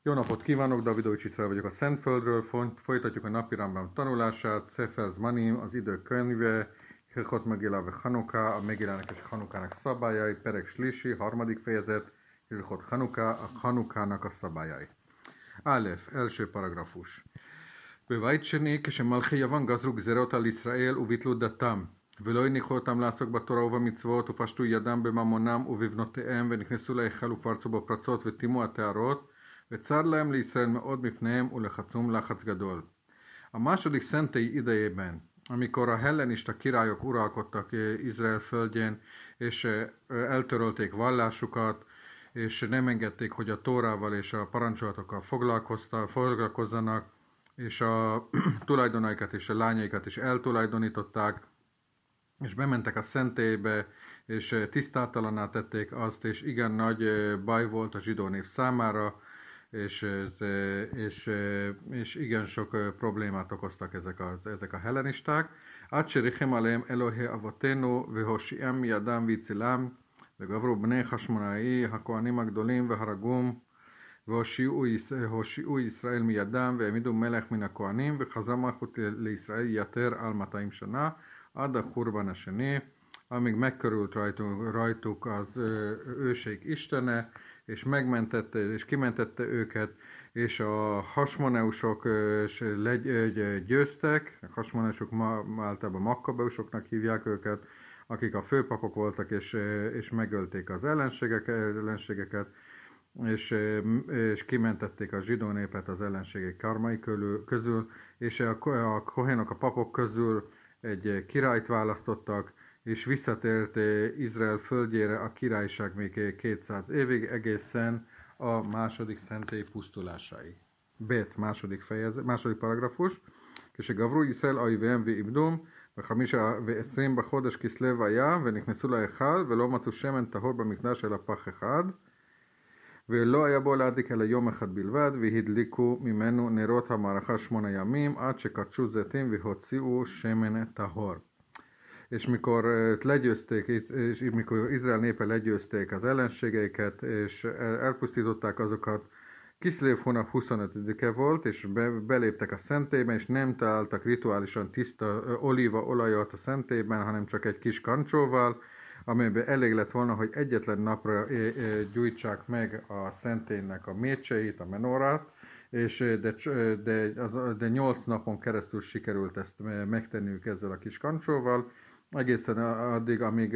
Jó napot kívánok, Davidovics Iszrael vagyok a Szentföldről, folytatjuk a napi Rambam tanulását, Sefer Zmanim, az idők könyve, Hilchot Megillah ve Hanuká, a Megillának és Hanukának szabályai, Perek Slisi, harmadik fejezet, Hilchot Hanuká, a Hanukának a szabályai. Álef, első paragrafus. בבית שני, כשמלכי יוון גזרו גזרות על ישראל וביטלו דתם, ולא הניחו אותם לעסוק בתורה ובמצוות, ופשטו ידם בממונם ובבנותיהם, ונכנסו להיכל ופרצו בפרצות וטימו הטהרות, וצר lהם לישראל מאוד מפניהם, ולחצום לחץ gazol. A második szentély idejében, amikor a hellenista királyok uralkodtak Izrael földjén, és eltörölték vallásukat, és nem engedték, hogy a Tórával és a parancsolatokkal foglalkozzanak, és a tulajdonaikat és a lányaikat is eltulajdonították, és bementek a szentélybe, és tisztátalanná tették azt, és igen nagy baj volt a zsidó nép számára, és igen sok problémát okoztak ezek a hellenisták. עד שריחם עליהם אלוהי אבותינו והושיעם מידם והצילם וגברו בני חשמונאי הכהנים הגדולים והרגום והושיעו ישראל מידם והעמידו מלך מן הכהנים וחזר מלכות לישראל יתר על 200 שנה עד החורבן השני, amíg megkörült rajtuk az őség istene, és megmentette, és kimentette őket, és a hasmoneusok győztek, a hasmoneusok általában makkabeusoknak hívják őket, akik a főpapok voltak, és megölték az ellenségeket, és kimentették a zsidó népet az ellenségek karmai közül, és a kohénok, a papok közül egy királyt választottak, és visszatért Izrael földjére a királyság még 200 évig, egészen a második szentély pusztulásáig. Bet, második paragrafus. כשגברו ישראל אויביהם ואיבדום, וחמישה ועשרים בחודש כסלו היה, ונכנסו להיכל, ולא מצאו שמן טהור במקדש אלא פח אחד, ולא היה בו להדליק אלא יום אחד בלבד, והדליקו ממנו נרות המערכה 8 ימים, עד שקדשו זיתים והוציאו שמן טהור. És mikor Izrael népe legyőzték az ellenségeiket, és elpusztították azokat, Kiszlév hónap 25-e volt, és beléptek a szentélyben, és nem találtak rituálisan tiszta olívaolajat a szentélyben, hanem csak egy kis kancsóval, amelyben elég lett volna, hogy egyetlen napra gyújtsák meg a szentélynek a mécseit, a menorát, de 8 napon keresztül sikerült ezt megtenniük ezzel a kis kancsóval, egészen addig, amíg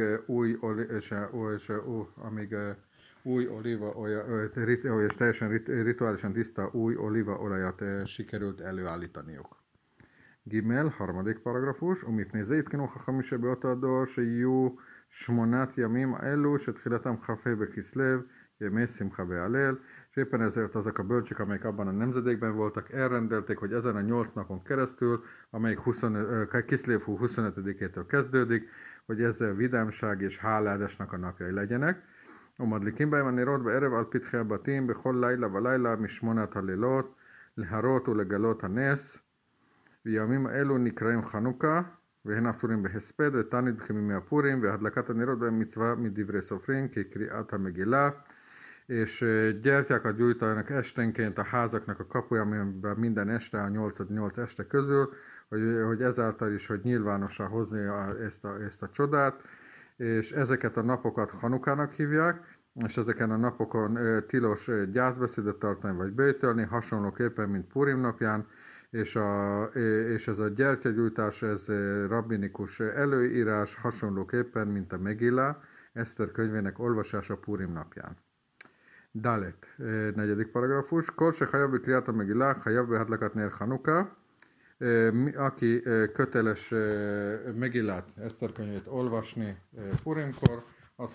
új olívaolajat, és teljesen rituálisan tiszta új olívaolajat sikerült előállítaniuk. Gimel, harmadik paragrafus, ומפני זה התקינו חכמים שבאותו הדור שיהיו 8 ימים האלו שתחילתם כ"ה בכסלו, ימי שמחה והלל, és éppen ezért azok a bölcsek, amelyek abban a nemzedékben voltak, elrendelték, hogy ezen a 8 napon keresztül, amelyik Kiszlév 25-től kezdődik, hogy ezzel vidámság és háládásnak a napjai legyenek. ומדליקים בהם הנרות בערב על פתחי הבתים בכל לילה ולילה משמונת הלילות להרות ולגלות הנס, וימים אלו נקראים חנוכה, והן אסורים בהספד ותענית כמימי הפורים, והדלקת הנרות בהם מצווה מדברי סופרים כקריאת המגילה, és gyertyákat gyújtanak esténként a házaknak a kapujában minden este, a 8 este közül, hogy ezáltal is, hogy nyilvánossá hozni ezt a csodát, és ezeket a napokat Hanukának hívják, és ezeken a napokon tilos gyászbeszédet tartani vagy böjtölni, hasonlóképpen, mint Purim napján, és ez a gyertyagyújtás, ez rabbinikus előírás, hasonlóképpen, mint a Megillah, Eszter könyvének olvasása Purim napján. Dalet, negyedik paragrafus. Kol se hajav bikriát a Megillah, hajav behadlakat nér Hanuka. Aki köteles Megillát, Eszter könyvét olvasni Purimkor, az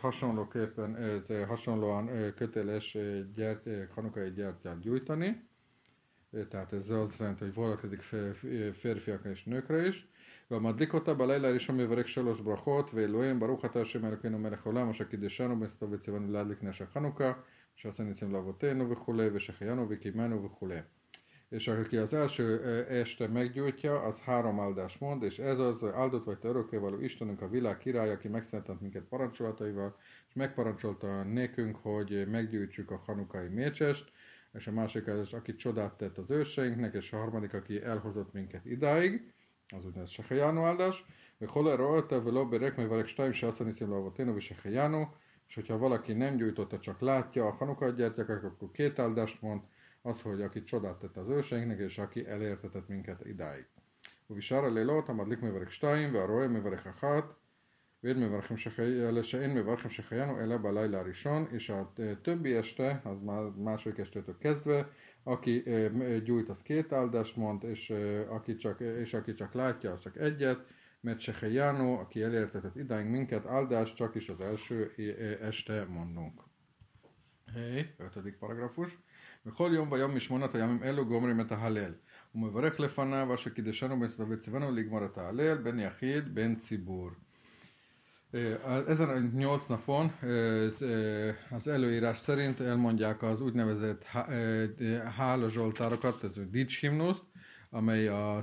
hasonlóan köteles hanukai gyertyát gyújtani. Tehát ez azt jelenti, hogy vonatkozik férfiakra és nőkre is. והמדליק אותה בלילה הראשון מברך 3 ברכות, ואלוהים ברוך אתה השם אלוקינו מלך העולם אשר קידשנו בנשאתו וציוונו להדליק נר של חנוכה, שעשה ניסים לאבותינו וכולי, ושהחיינו וקיימנו וכולי. És aki az első este meggyújtja, az 3 áldást mond, és ez az áldott vagy te örökkévaló Istenünk, a világ király, aki megszentelt minket parancsolataival, és megparancsolta nékünk, hogy meggyújtsuk a hanukai mécsest, és a másik az, aki csodát tett az őseinknek, és a harmadik, aki elhozott minket idáig, az úgynevezett Sehejánó áldás, vagy Holler Rolta, vagy Lobberek, mert Varek Stein, se azt hiszem, Lavaténo, vagy Sehejánó, és hogyha valaki nem gyújtotta, csak látja a Hanukat gyertyák, akkor két áldást mond, az, hogy aki csodát tett az őseinknek, és aki elértetett minket idáig. ובשאר הלילות המדליק מברך שתיים והרואה מברך אחת ואין מברכים שחיינו אלא בלילה הראשון, és a többi este, az már második estétől kezdve, aki gyújt, az két áldást mond, és aki csak látja, az csak egyet, mert sehejánó, aki elértetett idáig minket, áldást csak is az első este mondunk. ötödik paragrafus. בכל יום ויום משמונת הימים אלו גומרים את ההלל ומברך לפניו אשר קידשנו וציוונו לגמור את ההלל בין יחיד בין ציבור. Ezen a 8 napon az előírás szerint elmondják az úgynevezett hálazsoltárokat, ez a dicshimnuszt, amely a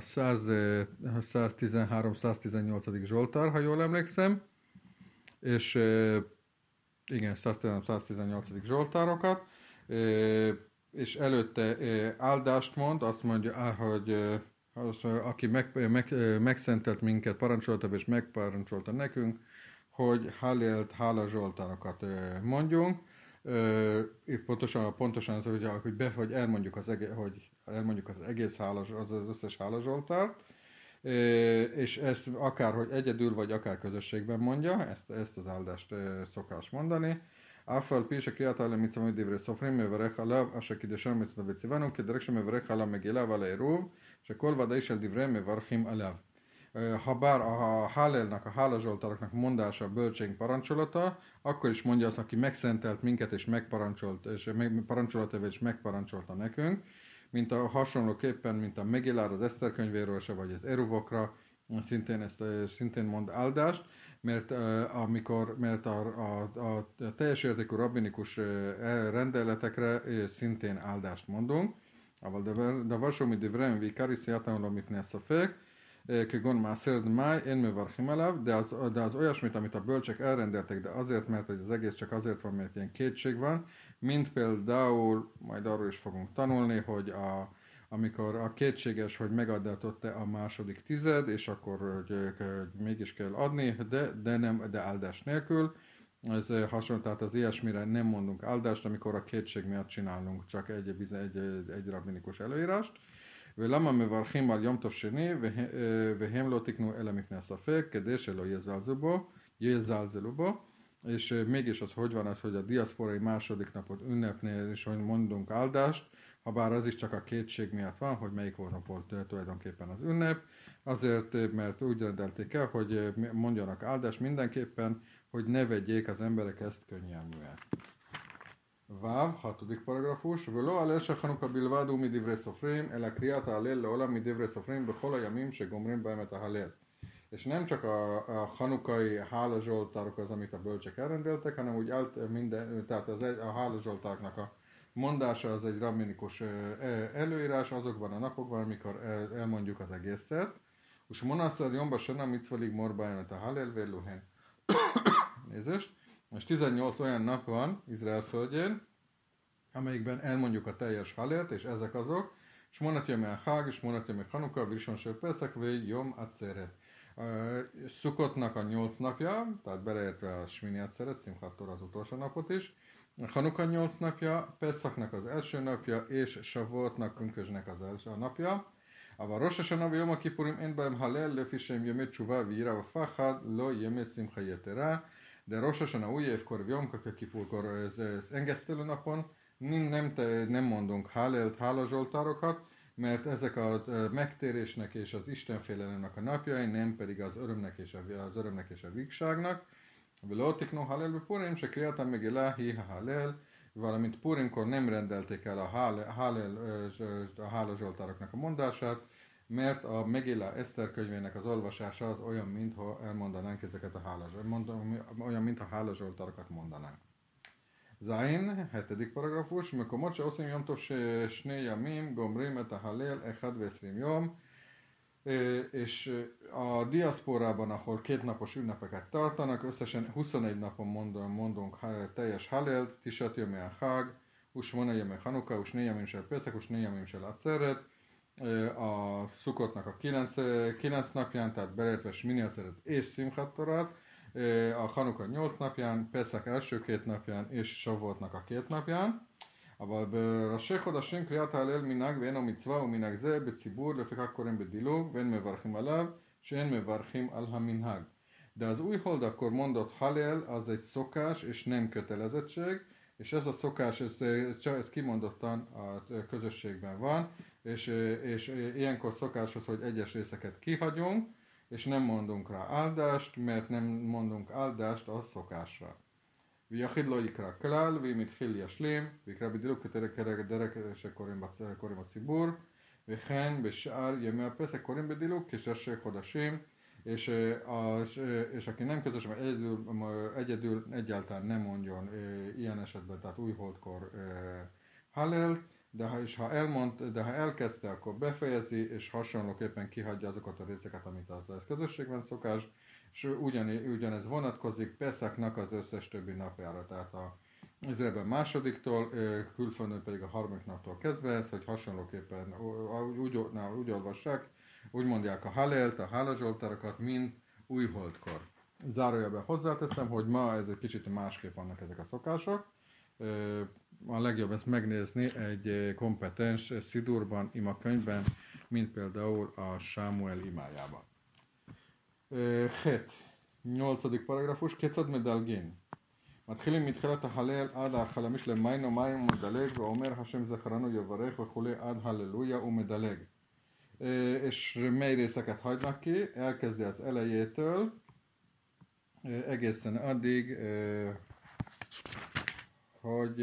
113-118. Zsoltár, ha jól emlékszem, és igen, 113-118. Zsoltárokat, és előtte áldást mond, azt mondja, hogy aki megszentelt minket, parancsolta és megparancsolta nekünk, hogy Hallélt, hála zsoltárokat mondjunk. Pontosan az, hogy elmondjuk az egész az összes hála zsoltárt, és ezt akár hogy egyedül, vagy akár közösségben mondja, ezt az áldást szokás mondani. אף על פי שקריאת ההלל מצווה מדברי סופרים מברך עליו אשר קידשנו מצוות וציוונו כדרך שמברך על המגילה ועל העירוב שכל ודאי של דבריהם מברכים עליו. Ha bár a Hallelnak, a hálazsoltároknak mondása a bölcsénk parancsolata, akkor is mondja azt, aki megszentelt minket és megparancsolta nekünk, mint a hasonlóképpen, mint a Megillára, az Eszter könyvéről se, vagy az Eruvokra, szintén mond áldást, mert a teljes értékű rabbinikus rendeletekre szintén áldást mondunk. דבר שהוא מדבריהם ועיקר יציאתם לו מפני הספק, כגון מעשר דמאי, אין מברכים עליו, de az olyasmit, amit a bölcsek elrendeltek, de azért, mert az egész csak azért van, mert ilyen kétség van, mint például, majd arról is fogunk tanulni, hogy amikor a kétséges, hogy megadatott-e a második tized, és akkor hogy mégis kell adni, de áldás nélkül. Ez hasonló, tehát az ilyesmire nem mondunk áldást, amikor a kétség miatt csinálunk csak egy rabbinikus előírást. ולמה מברכים על יום טוב שני והם לא תקנו אלא מפני הספק כדי שלא יזלזלו בו, és mégis az hogy van az, hogy a diaszporai második napot ünnepnél is, hogy mondunk áldást, ha bár az is csak a kétség miatt van, hogy melyik nap volt tulajdonképpen az ünnep, azért, mert úgy rendelték el, hogy mondjanak áldást mindenképpen, hogy ne vegyék az emberek ezt könnyelműen. Váv, hatodik paragrafus, ולא הלל שחנוכה בלבד הוא מדברי סופרים, אלא קריאת ההלל לעולם מדברי סופרים בכל הימים שגומרים בהם את ההלל. És nem csak a hanukai hálazsoltárok az, amit a bölcsek elrendeltek, hanem úgy tehát a hálazsoltároknak a mondása az egy rabbinikus előírás azokban a napokban, amikor elmondjuk az egészet. És monaszar jomba sena mitzvalig morbájmet a halel verluhen. Nézést! Most 18 olyan nap van Izrael földjén, amelyikben elmondjuk a teljes halelt, és ezek azok, Shmonat Yom HaChag, Shmonat Yom Chanukah, Rishon Shel Pesach, ve Yom Atzeret. Szukkotnak a 8 napja, tehát beleértve a Shmini Atzeret, Simchat Torah az utolsó napot is, Chanukah 8 napja, Pesachnak az első napja, és Shavuotnak, pünkösdnek az első napja. אבל ראש השנה ויום הכיפורים אין בהם הלל לפי שהם ימי תשובה ויראה ופחד, לא ימי שמחה יתרה. De Rosh Hashanah új évkor, Jom Kipurkor, ez engesztelő napon nem mondunk hálazsoltárokat, mert ezek a megtérésnek és az Istenfélelemnek a napjai, nem pedig az örömnek és a vígságnak. ולא תקנו הלל בפורים שקריאת המגילה היא ההלל, valamint Purimkor nem rendelték el a hálazsoltároknak a mondását, mert a Megilla Eszter könyvének az olvasása az olyan, mintha elmondanánk ezeket olyan, mintha hálazsoltárokat mondanánk. Zain, 7. paragrafus, מקומות שעושים יום טוב שני ימים, גומרים את ההלל 21 יום, és a diaszporában, ahol 2 napos ünnepeket tartanak, összesen 21 napon mondunk teljes halelt, Tishat Yom HaChag, Usmona Yeme Hanuka, Usné Yamim Shel Pesach, Usné Yamim Shel Atzeret, a Szukotnak a 9 napján, tehát beleértve Smini Atzeret és Simchat Torát, a Hanuka 8 napján, Pesach első 2 napján és Shavuotnak a 2 napján. אבל בראשי חודשים קריאת ההלל מנהג ואין לו מצווה ומנהג זה בציבור לפיכך קוראים בדילוג ואין מברכים עליו שאין mevárhim al haminhag. De az új holdakkor mondott halel az egy szokás és nem kötelezettség, és ez a szokás, ez kimondottan a közösségben van, és ilyenkor szokás az, hogy egyes részeket kihagyunk, és nem mondunk rá áldást, mert nem mondunk áldást a szokásra. ויחיד לא יקרא כלל, ואם התחיל ישלים, ויקרא בדילוג כדרך שקוראים הציבור, וכן בשאר ימי הפסח קוראים בדילוג כששת חודשים, és aki nem közös, mert egyedül egyáltalán nem mondjon ilyen esetben, tehát új holdkor Hallelt, de ha elkezdte, akkor befejezi, és hasonlóképpen kihagyja azokat a részeket, amit az közösségben szokás, és ugyanez vonatkozik Peszaknak az összes többi napjára, tehát Izraelben másodiktól, külföldön pedig a harmadik naptól kezdve ez, hogy hasonlóképpen úgy olvassák, úgy mondják a Hallelt, a hálazsoltárokat, mint újholdkor. Zárójelben hozzáteszem, hogy ma ez egy kicsit másképp vannak ezek a szokások. A legjobb ezt megnézni egy kompetens szidurban, imakönyvben, mint például a Sámuel imájában. 8. paragrafus, כיצד מדלגים? מתחילים מתחילת ההלל עד החלמיש למיין ומים ומדלג ואומר השם זכרנו יברך וכולי עד הללויה ומדלג. És mely részeket hagynak ki? Elkezdi az elejétől egészen addig, hogy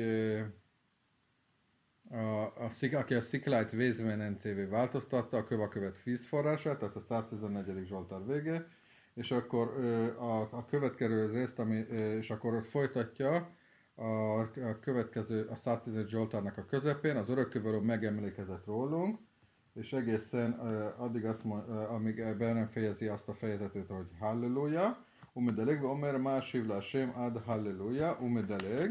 aki a Sziklájt Vézmenencévé változtatta, a követ vízforrását, tehát a 114. Zsoltár vége, és akkor a következő részt, és akkor folytatja a következő, a 115 Zsoltárnak a közepén, az örökkévaló megemlékezett rólunk, és egészen addig amíg be nem fejezi azt a fejezetet, hogy Halleluja, umedeleg, omer másiv lashem ad Halleluja, umedeleg,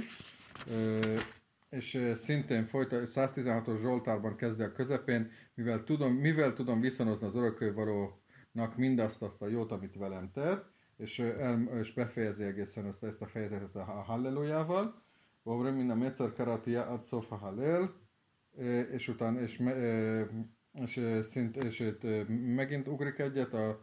és szintén folytatja, 116-os Zsoltárban kezdi a közepén, mivel tudom viszonozni az örökkévalónak mindazt a jót, amit velem tett, és befejezi egészen ezt a fejezetet a Hallelujával, Ovrem min a Metzer Karatia ad Sof a Hallel, és utána, és megint ugrik egyet a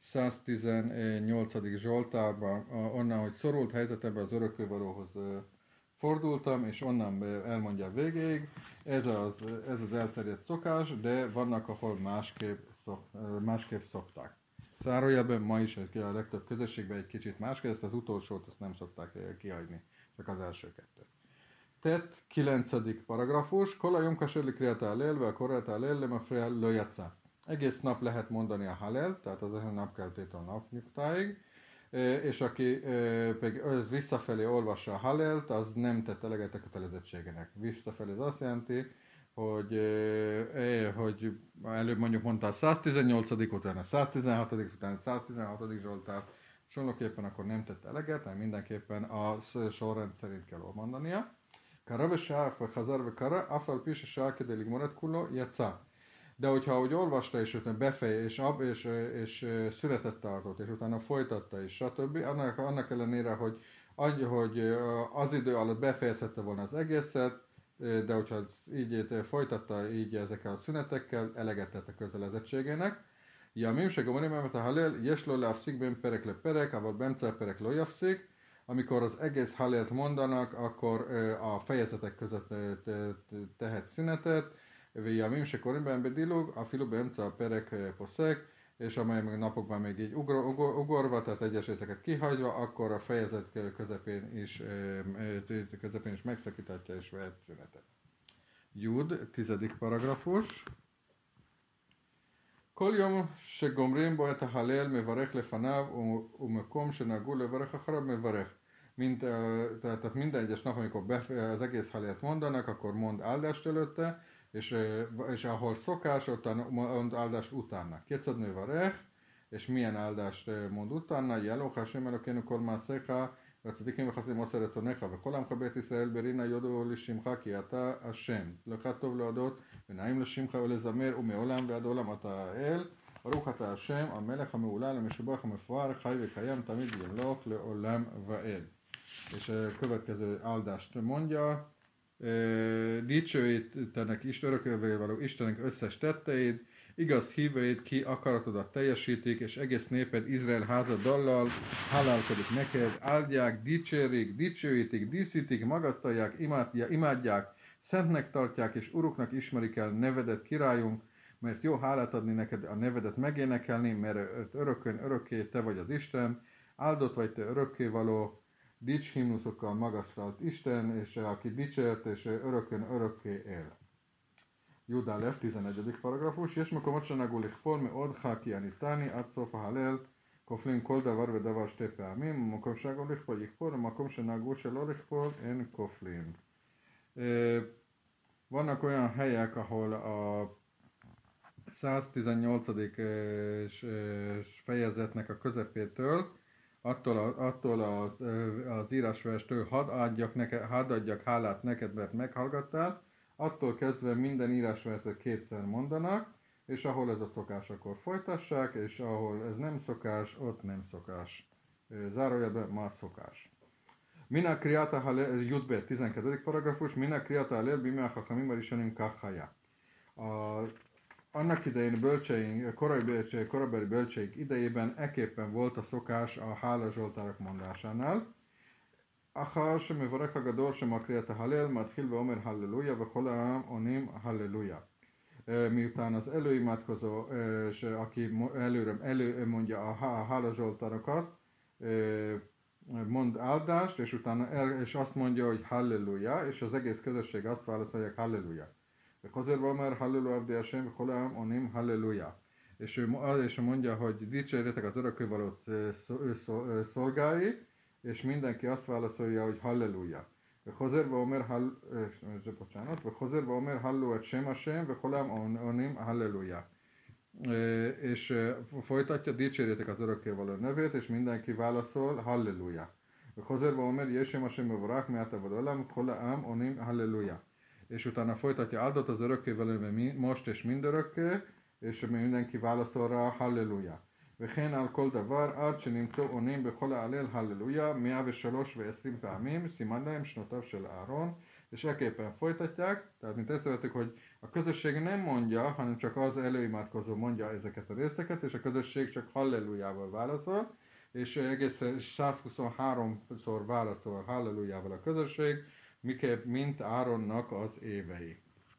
118. Zsoltárban, onnan, hogy szorult helyzetemben az örökkévalóhoz fordultam, és onnan elmondja a végéig. Ez az elterjedt szokás, de vannak, ahol másképp szokták. Zárójelben ma is a legtöbb közösségben egy kicsit másképp, ezt az utolsót azt nem szokták kihagyni, csak az első kettőt. Tehát 9. paragrafus, Kola Jom Kasher Likriata Halel, ve a Korata Halel, Lemafrea Lojatsa. Egész nap lehet mondani a Halel, tehát az napkeltétől a napnyugtáig, és aki pedig visszafelé olvassa a Hallelt, az nem tett eleget a kötelezettségének. Visszafelé az azt jelenti, hogy előbb mondjuk mondta a 118. után a 116. után a 116. Zsoltár, hasonlóképpen akkor nem tett eleget, hanem mindenképpen a sorrend szerint kell mondania. Kara ve sák ve hazar ve kara, afal pise sák kedelig morat kulló, játszá. De hogyha ahogy olvasta, és utána és született tartott, és utána folytatta, és stb., annak ellenére, hogy az idő alatt befejezhette volna az egészet, de hogyha így folytatta így ezekkel a szünetekkel, eleget tett a kötelezettségének. Yamim shegomorim emet a Hallel, jeslo leafszik ben perek le perek, aval bemcer perek lo jafszik. Amikor az egész Hallelt mondanak, akkor a fejezetek között tehet szünetet, Yamim shekorim ben bedilug, afilu beemca a perek poszek, és amely meg napokban még így ugorva, tehát egyes részeket kihagyva, akkor a fejezet közepén is megszakítatja és vehet szünetet. Jud, 10. paragrafus. Kol yom shegomrim bo et halel mevarech lefanav umekom shenagul levarech acharav mevarech. Tehát minden egyes nap, amikor az egész Hallelt mondanak, akkor mond áldást előtte, és ahol szokás, ott mond áldást utána. Kétszer nő varech, és milyen áldást mond utána, Jeló Hashem Elokénu kol maasecha, והצדיקים וחסדים עושה רצונך וכל עמך בית ישראל ברינה יודו לשמך כי אתה השם. לך טוב להודות ונעים לשמך ולזמר ומעולם ועד עולם אתה האל. ברוך אתה השם המלך המעולל המשובח המפואר חי וקיים tamiד yamloch לעולם ועד. És a következő áldást mondja, dicsőítenek örökölvé való Istennek összes tetteid, igaz híveid ki akaratodat teljesítik, és egész néped Izrael háza dallal hálálkodik neked, áldják, dicsérik, dicsőítik, díszítik, magasztalják, imádják, szentnek tartják, és uruknak ismerik el nevedet, királyunk, mert jó hálát adni neked a nevedet megénekelni, mert örökön örökké te vagy az Isten, áldott vagy te örökkévaló, dics himnuszokkal magasztalt Isten, és aki dicsért, és örökön örökké él. Judá lesz, 11. paragrafus. יש מקומות שנהגו לכפול מאוד כי הניתני עד סוף ההלל, כופלים כל דבר ודבר שתי פעמים, במקום שנהגו לכפול יכפול, במקום שנהגו שלא לכפול אין כופלים. Vannak olyan helyek, ahol a 118. fejezetnek a közepétől, attól az írásverstől hadd adjak hálát neked, mert meghallgattál, attól kezdve minden írásverset kétszer mondanak, és ahol ez a szokás, akkor folytassák, és ahol ez nem szokás, ott nem szokás. Zárójelben ma szokás. Mina kriata halel, Judbe, 12. paragrafus, Mina kriata halel, bime a hachamim arishonim kachaya. Annak idején korabeli bölcseik idejében ekképpen volt a szokás a hálazsoltárok mondásánál. Achar שמברך הגדול שמקריא את ההלל מתחיל ואומר הללויה וכל העם עונים הללויה. Miután az előimádkozó, aki előre mondja a hálazsoltárokat, mond áldást, és utána és azt mondja, hogy halleluja, és az egész közösség azt válaszolják halleluja. Azért van már halleluja abdi Hashem, וכל העם עונים halleluja. És mondja, hogy dicsérjetek az örökkévalót szolgái, és mindenki azt válaszolja, hogy halleluja. וחוזר ואומר הללו את שם השם וכל העם עונים הללויה. És folytatja, dicsérjetek az örökkévaló nevét, és mindenki válaszol halleluja. וחוזר ואומר יהיה שם השם מבורך מעתה ועד עולם וכל העם עונים הללויה. És utána folytatja, áldott az örökkévaló most és mindörökké, és mindenki válaszol rá halleluja. וכן על כל דבר עד שנמצאו עונים בכל ההלל הללויה 123 פעמים, סימן להם שנותיו של אהרון, és ekképpen folytatják, tehát mint észrevettük, hogy a közösség nem mondja, hanem csak az előimádkozó mondja ezeket a részeket, és a közösség csak hallelujával válaszol, és egészen 123-szor válaszol hallelujával a közösség, miképp mint Áronnak az évei.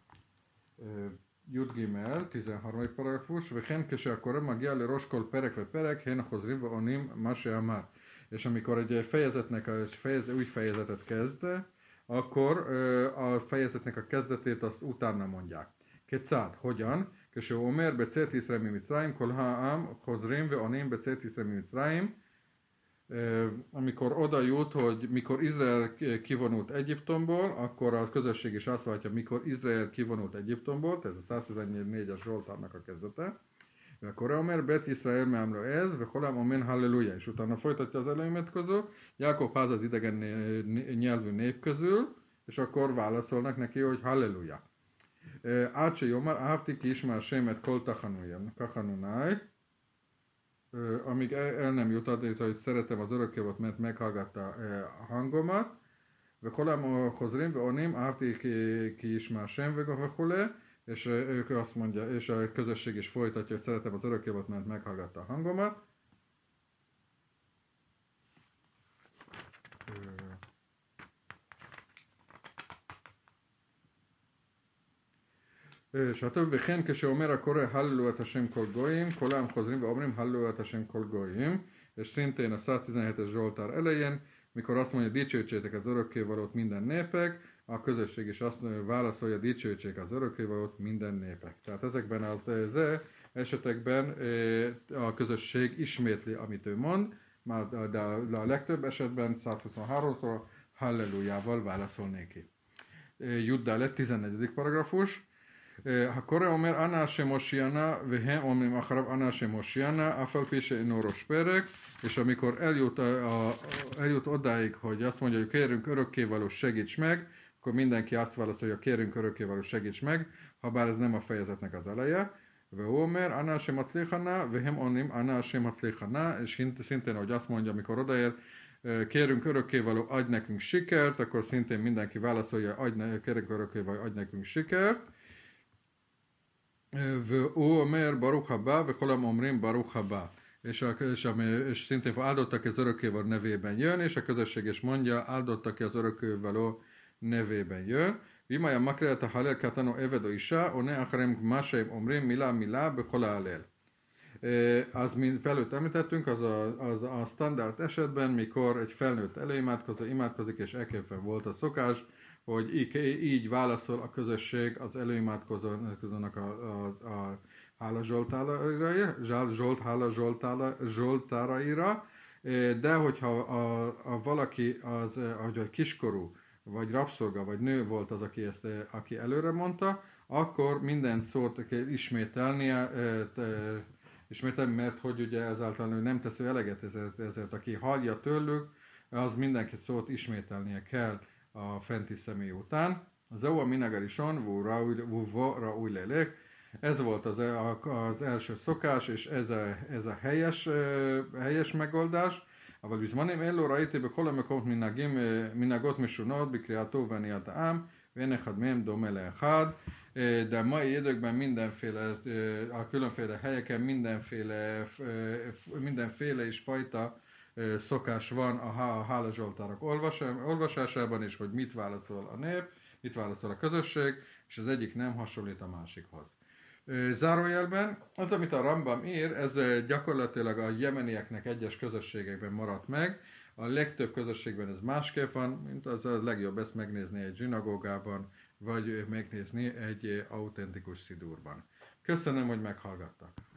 י' ג' 13 פרגרפוס, וכן כשהקורא מגיע לראש כל פרק ופרק, הן חוזרים ועונים מה שאמר. És amikor egy fejezetnek új fejezetet kezd, akkor a fejezetnek a kezdetét azt utána mondják. כיצד? hogyan? כשהוא אומר בצאת ישראל ממצרים, כל העם חוזרים ועונים בצאת ישראל ממצרים, amikor oda jut, hogy mikor Izrael kivonult Egyiptomból, akkor a közösség is azt mondja, mikor Izrael kivonult Egyiptomból, ez a 114-es Zsoltárnak a kezdete. Akkor Omer bet Izrael meámra ez, veholám omen halleluja, és utána folytatja az előimádkozó, Jákob ház az idegen nyelvű nép közül, és akkor válaszolnak neki, hogy halleluja. Ácse Jomar, Áfti ki ismár Sémet kol tachanunai, amíg el nem jutott, hogy szeretem az örökkévalót, mert meghallgatta a hangomat, וכל חוזרים ועונים, אהבתי כי ישמע השם וכו', és ők azt mondja, és a közösség is folytatja, hogy szeretem az örökkévalót, mert meghallgatta a hangomat. stb. וכן כשאומר הקורא הללו את השם כל גויים, כל העם חוזרים ואומרים הללו את השם כל גויים, és szintén a 117-es Zsoltár elején, mikor azt mondja, dicsőítsétek az örökkévalót minden népek, a közösség is azt válaszolja, dicsőítsék az örökkévalót minden népek. Tehát ezekben az esetekben a közösség ismétli, amit ő mond, de a legtöbb esetben 123-szor hallelujával válaszol neki. Juddá lett 14. paragrafus. הקורא אומר אנא השם הושיענה, והם אומרים אחריו אנא השם הושיענה, אף על פי שאינו ראש פרק, és amikor eljut odáig, hogy azt mondja, hogy kérünk örökkévaló, segíts meg, akkor mindenki azt válaszolja, kérünk örökkévaló, segíts meg, ha bár ez nem a fejezetnek az eleje. Vehomer, Anna sem atzlichana, vehem onim, Anna sem atzlichana, és szintén, hogy azt mondja, amikor odaér, kérünk örökkévaló, adj nekünk sikert, akkor szintén mindenki válaszolja, kérünk örökkévaló, adj nekünk sikert. Vehomer, Baruch haba, veholam omrim, Baruch haba. És szintén áldott, aki az örökkévaló nevében jön, és a közösség is mondja, áldott, aki az örökkévaló nevében jön. Vimaja makreata halel katano evedo isha, one acharem másaim omrim, milá milá, bekola alel. Az, mint felőtt említettünk, az a standard esetben, mikor egy felnőtt előimádkozó imádkozik, és ekképpen volt a szokás, hogy így válaszol a közösség az előimádkozónak a hála zsoltáraira, de hogyha valaki hogy kiskorú, vagy rabszolga, vagy nő volt az, aki előre mondta, akkor minden szót kell ismételnie, mert hogy ugye ezáltal nem teszi eleget, ezért aki hallja tőlük, az mindenki szót ismételnie kell a fenti személy után. Zeu a minagarison, vúra új lélek. Ez volt az első szokás, és ez a helyes megoldás. אבל בזמנים אלו ראיתי בכל המקומות מנהגות משונות בקריאתו ועניית העם, ואין אחד mém דומה לאחד. De a mai időkben mindenféle, a különféle helyeken mindenféle is fajta szokás van a hálazsoltárok olvasásában, és hogy mit válaszol a nép, mit válaszol a közösség, és az egyik nem hasonlít a másikhoz. Zárójelben, az, amit a Rambam ír, ez gyakorlatilag a jemenieknek egyes közösségekben maradt meg, a legtöbb közösségben ez másképp van, mint az a legjobb ezt megnézni egy zsinagógában, vagy megnézni egy autentikus szidúrban. Köszönöm, hogy meghallgattak!